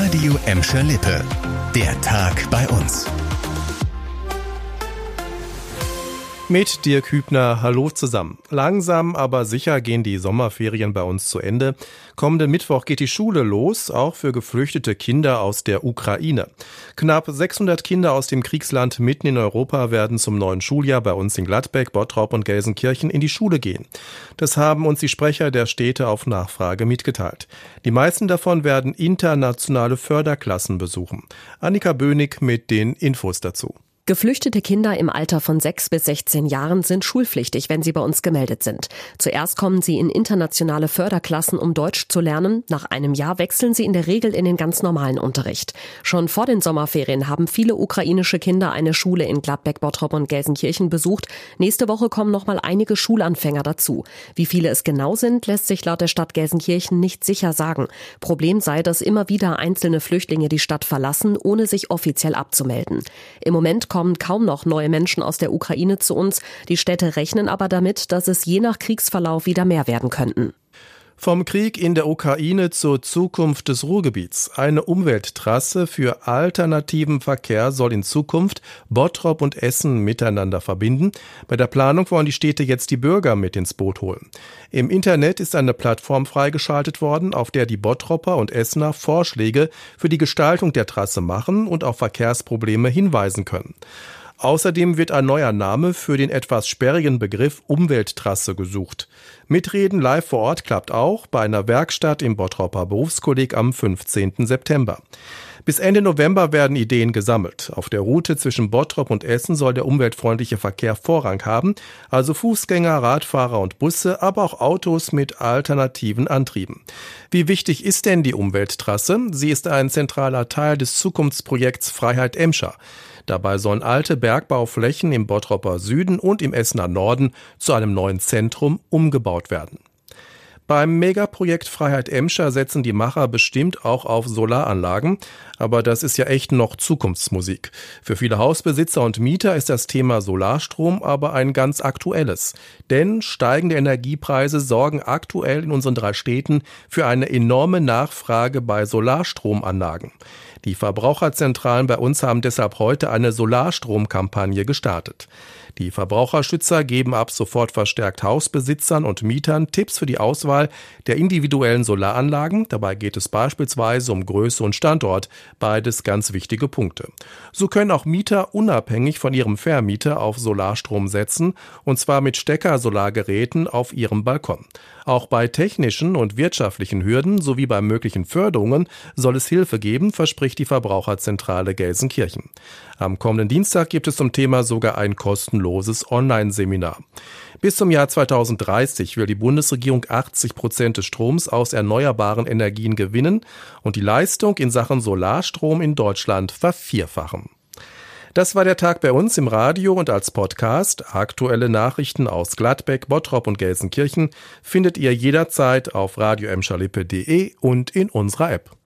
Radio Emscher Lippe. Der Tag bei uns. Mit Dirk Hübner, hallo zusammen. Langsam, aber sicher gehen die Sommerferien bei uns zu Ende. Kommenden Mittwoch geht die Schule los, auch für geflüchtete Kinder aus der Ukraine. Knapp 600 Kinder aus dem Kriegsland mitten in Europa werden zum neuen Schuljahr bei uns in Gladbeck, Bottrop und Gelsenkirchen in die Schule gehen. Das haben uns die Sprecher der Städte auf Nachfrage mitgeteilt. Die meisten davon werden internationale Förderklassen besuchen. Annika Bönig mit den Infos dazu. Geflüchtete Kinder im Alter von 6 bis 16 Jahren sind schulpflichtig, wenn sie bei uns gemeldet sind. Zuerst kommen sie in internationale Förderklassen, um Deutsch zu lernen. Nach einem Jahr wechseln sie in der Regel in den ganz normalen Unterricht. Schon vor den Sommerferien haben viele ukrainische Kinder eine Schule in Gladbeck, Bottrop und Gelsenkirchen besucht. Nächste Woche kommen noch mal einige Schulanfänger dazu. Wie viele es genau sind, lässt sich laut der Stadt Gelsenkirchen nicht sicher sagen. Problem sei, dass immer wieder einzelne Flüchtlinge die Stadt verlassen, ohne sich offiziell abzumelden. Im Moment kommen kaum noch neue Menschen aus der Ukraine zu uns. Die Städte rechnen aber damit, dass es je nach Kriegsverlauf wieder mehr werden könnten. Vom Krieg in der Ukraine zur Zukunft des Ruhrgebiets. Eine Umwelttrasse für alternativen Verkehr soll in Zukunft Bottrop und Essen miteinander verbinden. Bei der Planung wollen die Städte jetzt die Bürger mit ins Boot holen. Im Internet ist eine Plattform freigeschaltet worden, auf der die Bottropper und Essener Vorschläge für die Gestaltung der Trasse machen und auf Verkehrsprobleme hinweisen können. Außerdem wird ein neuer Name für den etwas sperrigen Begriff Umwelttrasse gesucht. Mitreden live vor Ort klappt auch bei einer Werkstatt im Bottropper Berufskolleg am 15. September. Bis Ende November werden Ideen gesammelt. Auf der Route zwischen Bottrop und Essen soll der umweltfreundliche Verkehr Vorrang haben, also Fußgänger, Radfahrer und Busse, aber auch Autos mit alternativen Antrieben. Wie wichtig ist denn die Umwelttrasse? Sie ist ein zentraler Teil des Zukunftsprojekts Freiheit Emscher. Dabei sollen alte Bergbauflächen im Bottropper Süden und im Essener Norden zu einem neuen Zentrum umgebaut werden. Beim Megaprojekt Freiheit Emscher setzen die Macher bestimmt auch auf Solaranlagen, aber das ist ja echt noch Zukunftsmusik. Für viele Hausbesitzer und Mieter ist das Thema Solarstrom aber ein ganz aktuelles. Denn steigende Energiepreise sorgen aktuell in unseren 3 Städten für eine enorme Nachfrage bei Solarstromanlagen. Die Verbraucherzentralen bei uns haben deshalb heute eine Solarstromkampagne gestartet. Die Verbraucherschützer geben ab sofort verstärkt Hausbesitzern und Mietern Tipps für die Auswahl der individuellen Solaranlagen. Dabei geht es beispielsweise um Größe und Standort, beides ganz wichtige Punkte. So können auch Mieter unabhängig von ihrem Vermieter auf Solarstrom setzen, und zwar mit Stecker-Solargeräten auf ihrem Balkon. Auch bei technischen und wirtschaftlichen Hürden sowie bei möglichen Förderungen soll es Hilfe geben, verspricht die Verbraucherzentrale Gelsenkirchen. Am kommenden Dienstag gibt es zum Thema sogar ein kostenloses Online-Seminar. Bis zum Jahr 2030 will die Bundesregierung 80% des Stroms aus erneuerbaren Energien gewinnen und die Leistung in Sachen Solarstrom in Deutschland vervierfachen. Das war der Tag bei uns im Radio und als Podcast. Aktuelle Nachrichten aus Gladbeck, Bottrop und Gelsenkirchen findet ihr jederzeit auf radioemscherlippe.de und in unserer App.